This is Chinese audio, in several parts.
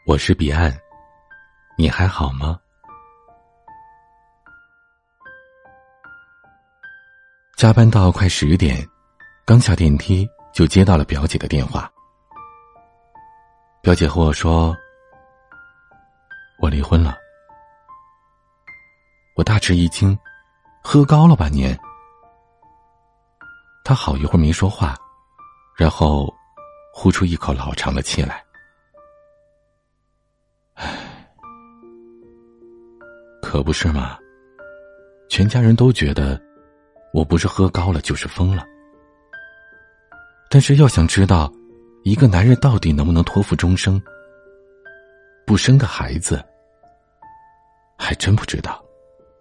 我是彼岸，你还好吗？加班到快10点，刚下电梯就接到了表姐的电话。表姐和我说，我离婚了。我大吃一惊，喝高了吧您？她好一会儿没说话，然后呼出一口老长的气来。可不是嘛，全家人都觉得我不是喝高了就是疯了。但是要想知道一个男人到底能不能托付终生，不生个孩子还真不知道。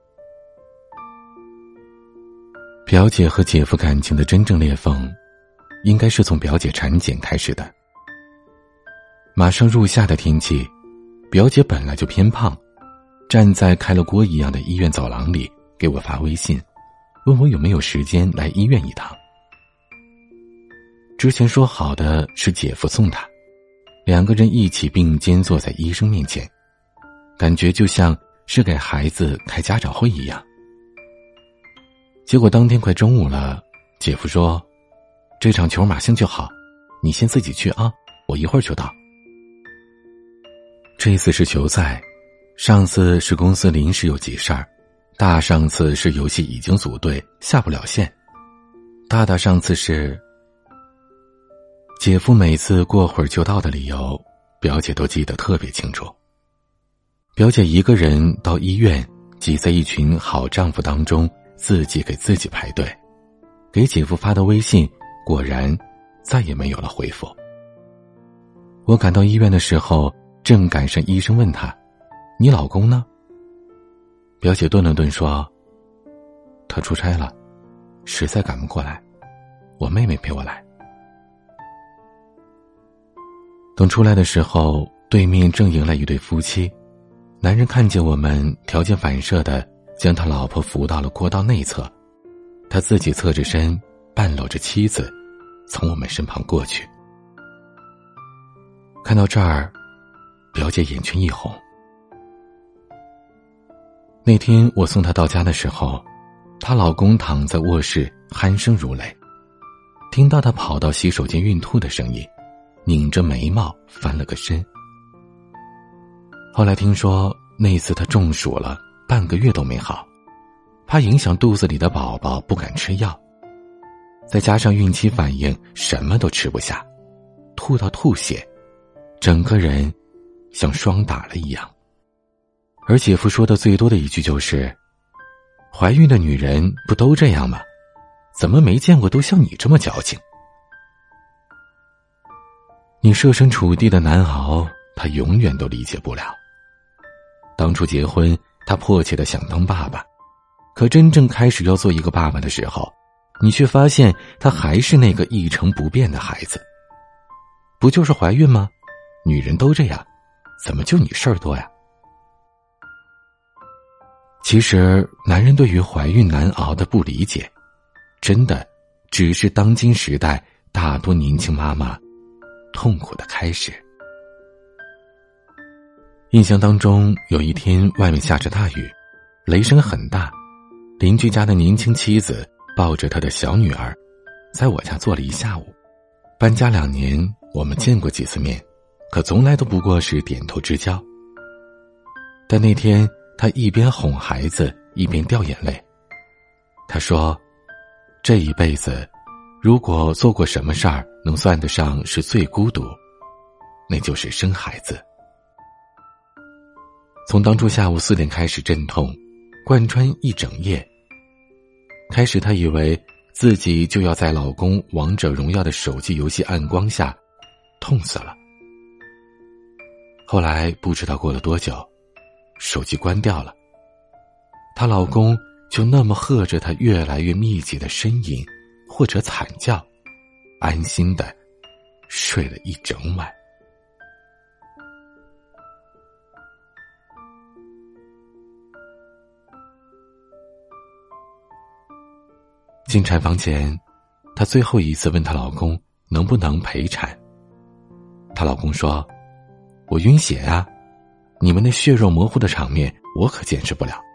表姐和姐夫感情的真正裂缝应该是从表姐产检开始的。马上入夏的天气，表姐本来就偏胖，站在开了锅一样的医院走廊里给我发微信，问我有没有时间来医院一趟。之前说好的是姐夫送她，两个人一起并肩坐在医生面前，感觉就像是给孩子开家长会一样。结果当天快中午了，姐夫说，这场球马上就好，你先自己去啊，我一会儿就到。这次是球赛，上次是公司临时有急事儿，大上次是游戏已经组队下不了线，大上次是姐夫每次过会儿就到的理由，表姐都记得特别清楚。表姐一个人到医院，挤在一群好丈夫当中，自己给自己排队，给姐夫发的微信果然再也没有了回复。我赶到医院的时候，正赶上医生问她，你老公呢？表姐顿了顿说，他出差了，实在赶不过来，我妹妹陪我来。等出来的时候，对面正迎来一对夫妻，男人看见我们，条件反射的将他老婆扶到了过道内侧，他自己侧着身，半搂着妻子，从我们身旁过去。看到这儿，表姐眼圈一红。那天我送她到家的时候，她老公躺在卧室鼾声如雷，听到她跑到洗手间孕吐的声音，拧着眉毛翻了个身。后来听说那次她中暑了，半个月都没好，怕影响肚子里的宝宝不敢吃药，再加上孕期反应什么都吃不下，吐到吐血，整个人像霜打了一样。而姐夫说的最多的一句就是，怀孕的女人不都这样吗？怎么没见过都像你这么矫情？你设身处地的难熬，他永远都理解不了。当初结婚，他迫切的想当爸爸，可真正开始要做一个爸爸的时候，你却发现他还是那个一成不变的孩子。不就是怀孕吗？女人都这样，怎么就你事儿多呀？其实男人对于怀孕难熬的不理解，真的只是当今时代大多年轻妈妈痛苦的开始。印象当中，有一天外面下着大雨，雷声很大，邻居家的年轻妻子抱着她的小女儿在我家坐了一下午。搬家2年，我们见过几次面，可从来都不过是点头之交。但那天她一边哄孩子一边掉眼泪。她说，这一辈子如果做过什么事儿能算得上是最孤独，那就是生孩子。从当初下午4点开始阵痛，贯穿一整夜。开始她以为自己就要在老公王者荣耀的手机游戏暗光下痛死了。后来不知道过了多久，手机关掉了，她老公就那么和着她越来越密集的呻吟或者惨叫，安心的睡了一整晚。进产房前，她最后一次问她老公能不能陪产。她老公说， 我晕血啊，你们那血肉模糊的场面我可见识不了。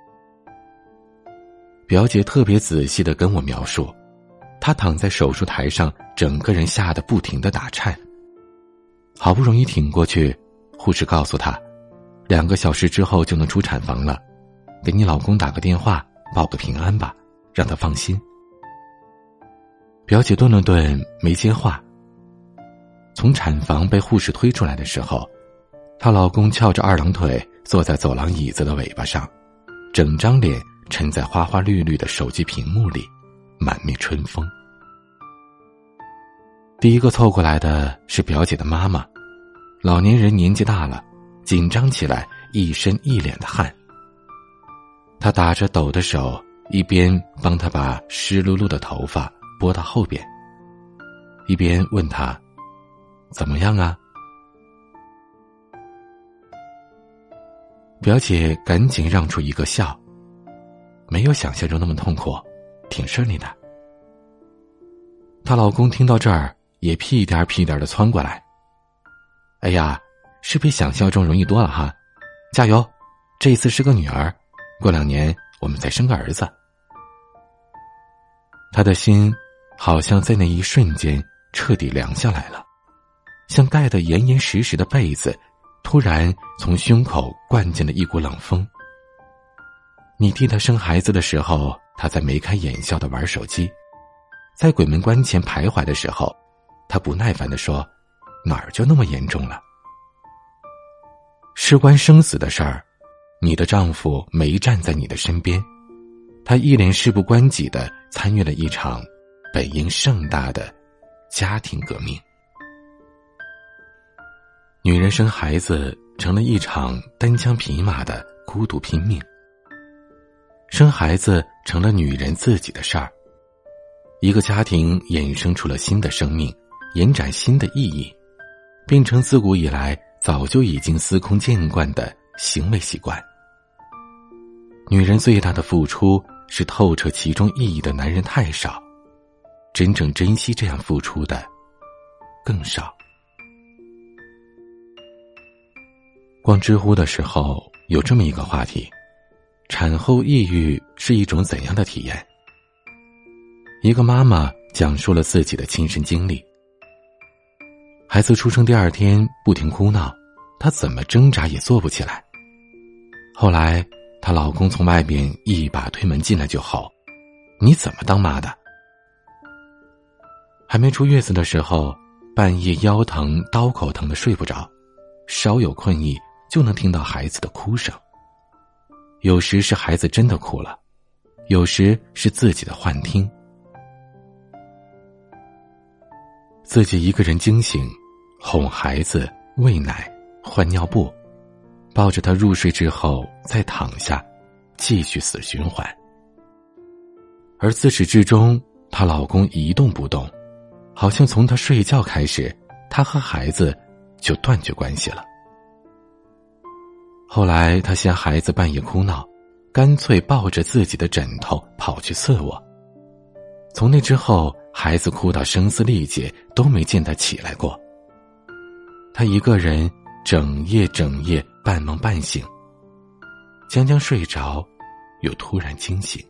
表姐特别仔细地跟我描述，她躺在手术台上，整个人吓得不停地打颤。好不容易挺过去，护士告诉她，2个小时之后就能出产房了，给你老公打个电话报个平安吧，让他放心。表姐顿了顿没接话。从产房被护士推出来的时候，她老公翘着2郎腿坐在走廊椅子的尾巴上，整张脸沉在花花绿绿的手机屏幕里，满面春风。第一个凑过来的是表姐的妈妈，老年人年纪大了，紧张起来，一身一脸的汗。她打着抖的手，一边帮她把湿漉漉的头发拨到后边，一边问她怎么样啊？表姐赶紧让出一个笑，没有想象中那么痛苦，挺顺利的。她老公听到这儿也屁颠屁颠地窜过来，哎呀，是比想象中容易多了哈，加油，这一次是个女儿，过2年我们再生个儿子。她的心好像在那一瞬间彻底凉下来了，像盖得严严实实的被子突然从胸口灌进了一股冷风。你替她生孩子的时候，她在眉开眼笑地玩手机，在鬼门关前徘徊的时候，她不耐烦地说，哪儿就那么严重了？事关生死的事儿，你的丈夫没站在你的身边，他一脸事不关己地参与了一场本应盛大的家庭革命。女人生孩子成了一场单枪匹马的孤独拼命，生孩子成了女人自己的事儿，一个家庭衍生出了新的生命，延展新的意义，变成自古以来早就已经司空见惯的行为习惯。女人最大的付出是透彻其中意义的男人太少，真正珍惜这样付出的更少。逛知乎的时候有这么一个话题，产后抑郁是一种怎样的体验？一个妈妈讲述了自己的亲身经历。孩子出生第2天不停哭闹，她怎么挣扎也坐不起来。后来她老公从外边一把推门进来就吼，你怎么当妈的？还没出月子的时候，半夜腰疼刀口疼的睡不着，稍有困意就能听到孩子的哭声。有时是孩子真的哭了，有时是自己的幻听。自己一个人惊醒，哄孩子，喂奶，换尿布，抱着他入睡之后再躺下，继续死循环。而自始至终，她老公一动不动，好像从她睡觉开始，她和孩子就断绝关系了。后来她嫌孩子半夜哭闹，干脆抱着自己的枕头跑去侧卧。从那之后，孩子哭到声嘶力竭都没见她起来过。她一个人整夜半梦半醒，将将睡着，又突然惊醒。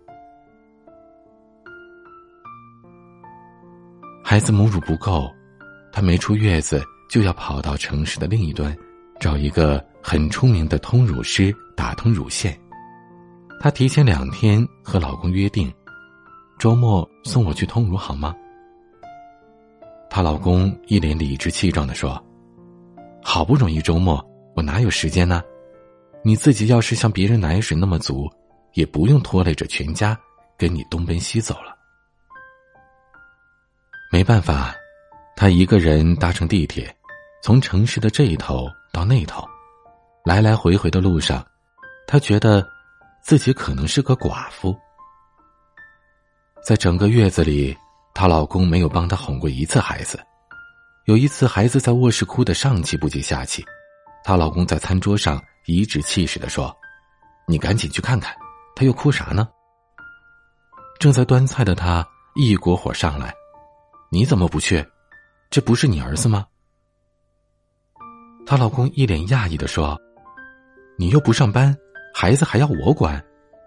孩子母乳不够，她没出月子就要跑到城市的另一端，找一个很出名的通乳师打通乳腺。她提前2天和老公约定，周末送我去通乳好吗？她老公一脸理直气壮地说，好不容易周末，我哪有时间呢？你自己要是像别人奶水那么足，也不用拖累着全家跟你东奔西走了。没办法，她一个人搭乘地铁，从城市的这一头到那头，来来回回的路上，她觉得自己可能是个寡妇。在整个月子里，她老公没有帮她哄过一次孩子。有一次孩子在卧室哭得上气不接下气，她老公在餐桌上颐指气使地说，你赶紧去看看，他又哭啥呢？正在端菜的她一股火上来，你怎么不去？这不是你儿子吗？ 她老公一脸讶异地说：“你又不上班，孩子还要我管？”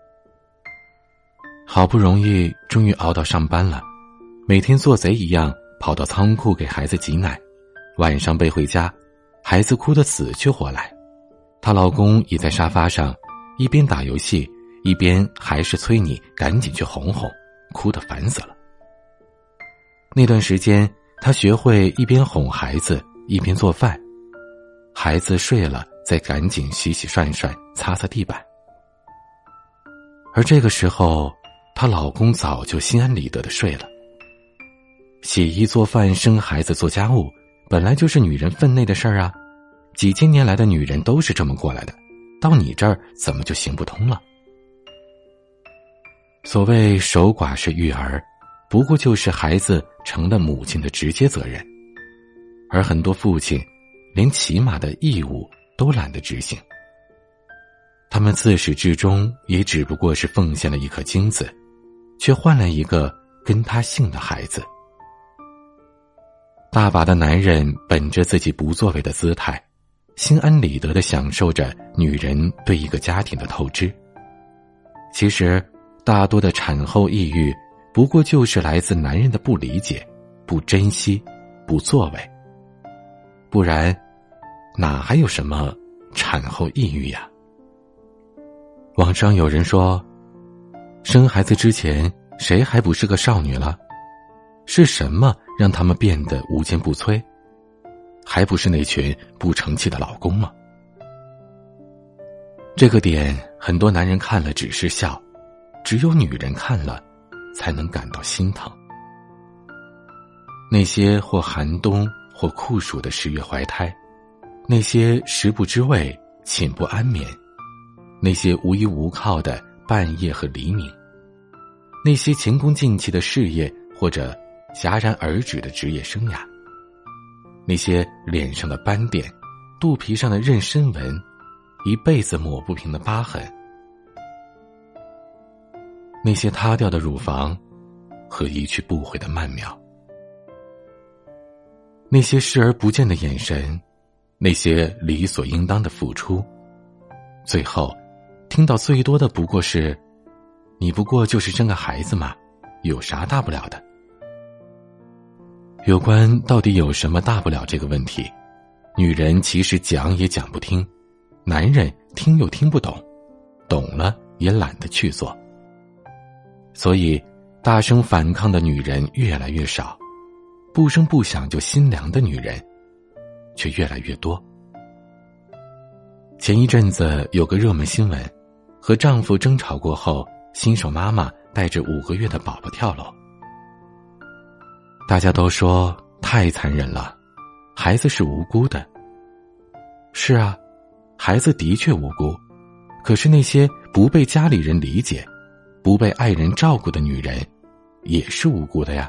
好不容易终于熬到上班了，每天做贼一样跑到仓库给孩子挤奶，晚上背回家，孩子哭得死去活来，她老公倚在沙发上，一边打游戏，一边还是催你赶紧去哄哄，哭得烦死了。那段时间，她学会一边哄孩子一边做饭，孩子睡了再赶紧洗洗涮涮，擦擦地板。而这个时候，她老公早就心安理得地睡了。洗衣做饭生孩子做家务本来就是女人分内的事儿啊，几千年来的女人都是这么过来的，到你这儿怎么就行不通了？所谓守寡是育儿，不过就是孩子成了母亲的直接责任，而很多父亲连起码的义务都懒得执行，他们自始至终也只不过是奉献了一颗精子，却换来一个跟他姓的孩子。大把的男人本着自己不作为的姿态，心安理得地享受着女人对一个家庭的透支。其实大多的产后抑郁不过就是来自男人的不理解、不珍惜、不作为，不然哪还有什么产后抑郁呀？网上有人说，生孩子之前谁还不是个少女了？是什么让他们变得无坚不摧？还不是那群不成器的老公吗？这个点很多男人看了只是笑，只有女人看了才能感到心疼。那些或寒冬或酷暑的10月怀胎，那些食不知味寝不安眠，那些无依无靠的半夜和黎明，那些前功尽弃的事业或者戛然而止的职业生涯，那些脸上的斑点，肚皮上的妊娠纹，一辈子抹不平的疤痕，那些塌掉的乳房和一去不回的曼妙，那些视而不见的眼神，那些理所应当的付出，最后听到最多的不过是，你不过就是生个孩子嘛，有啥大不了的？有关到底有什么大不了这个问题，女人其实讲也讲不听，男人听又听不懂，懂了也懒得去做。所以大声反抗的女人越来越少，不声不响就心凉的女人却越来越多。前一阵子有个热门新闻，和丈夫争吵过后，新手妈妈带着5个月的宝宝跳楼。大家都说太残忍了，孩子是无辜的。是啊，孩子的确无辜，可是那些不被家里人理解、不被爱人照顾的女人也是无辜的呀。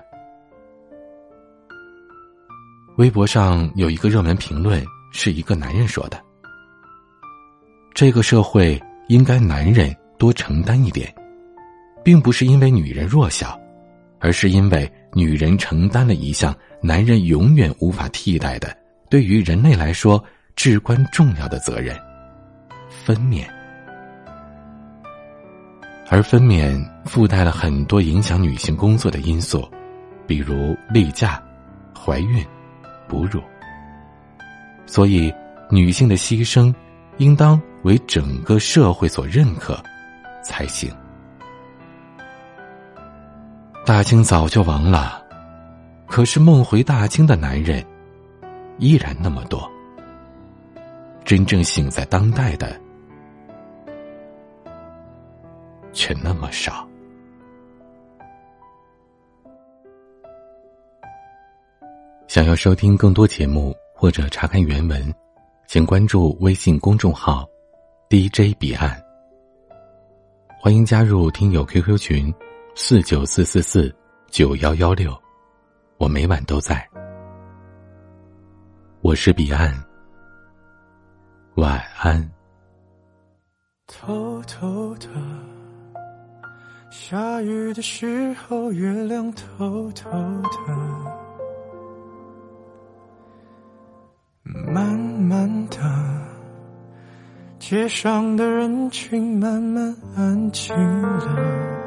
微博上有一个热门评论，是一个男人说的：这个社会应该男人多承担一点，并不是因为女人弱小，而是因为女人承担了一项男人永远无法替代的，对于人类来说至关重要的责任——分娩。而分娩附带了很多影响女性工作的因素，比如例假、怀孕、哺乳。所以女性的牺牲应当为整个社会所认可才行。大清早就亡了，可是梦回大清的男人依然那么多，真正醒在当代的却那么少。想要收听更多节目或者查看原文，请关注微信公众号 DJ 彼岸。欢迎加入听友 QQ 群494449116，我每晚都在。我是彼岸，晚安。 偷偷的，下雨的时候，月亮偷偷的，慢慢的街上的人群慢慢安静了，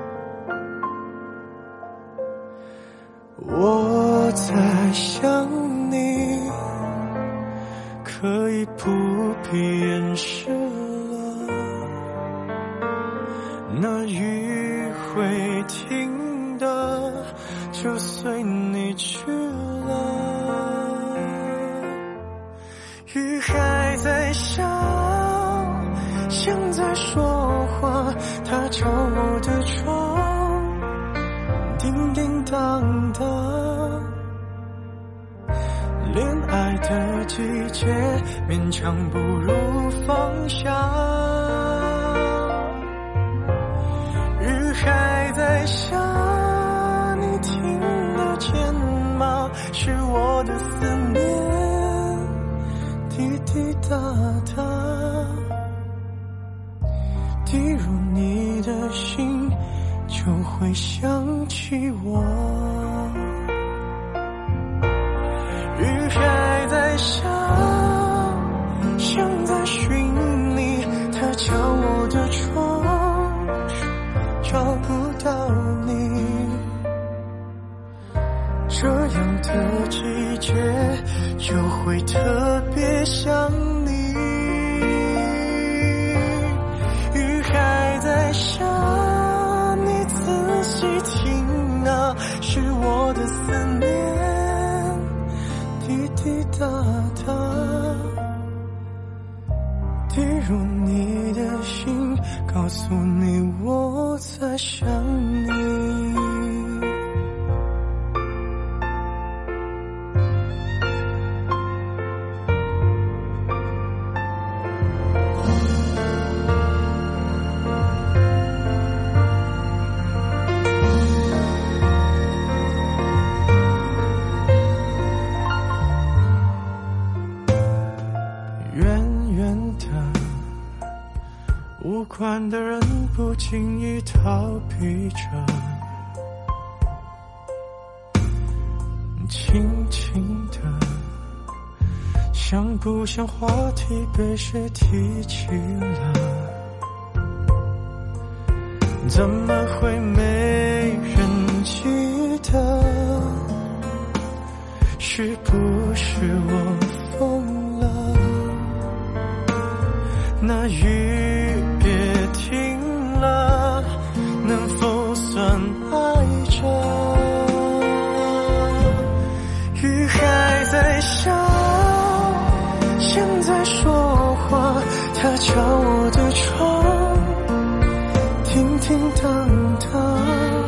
我在想你，可以不必掩饰了，那雨会停的，就随你去了。雨还在下，像在说话，它敲我的窗，叮叮当当。恋爱的季节，勉强不如放下。雨还在下，你听得见吗？是我的思念，滴滴答答，滴入你的心，就会想起我。雨还在下，像在寻你，它敲我的窗，找不到你。这样的季节，就会特别想你。雨还在下，你仔细听啊，是我的思念，滴滴答答，滴入你的心，告诉你我在想你。无关的人不经意逃避着，轻轻的，像不像话题被谁提起了？怎么会没人记得？是不是我疯了？那雨别停了，能否算爱着？雨还在下，像在说话，它敲我的窗，叮叮当当。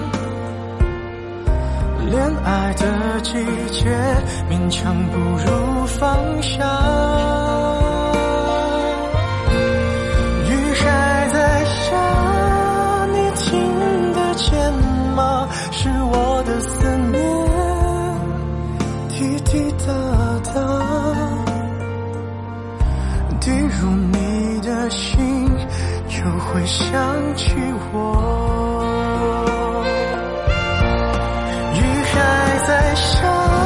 恋爱的季节，勉强不如放下。是我的思念，滴滴答答，滴入你的心，就会想起我。雨还在下，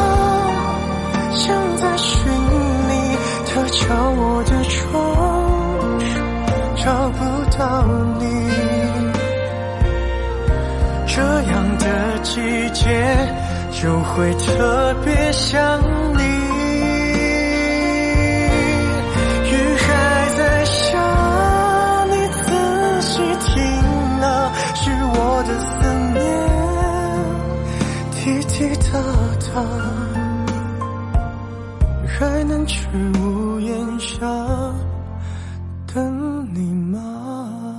像在寻你，它敲我的窗，找不到你。这样的季节，就会特别想你。雨还在下，你仔细听啊，是我的思念，滴滴答答，还能去屋檐下等你吗？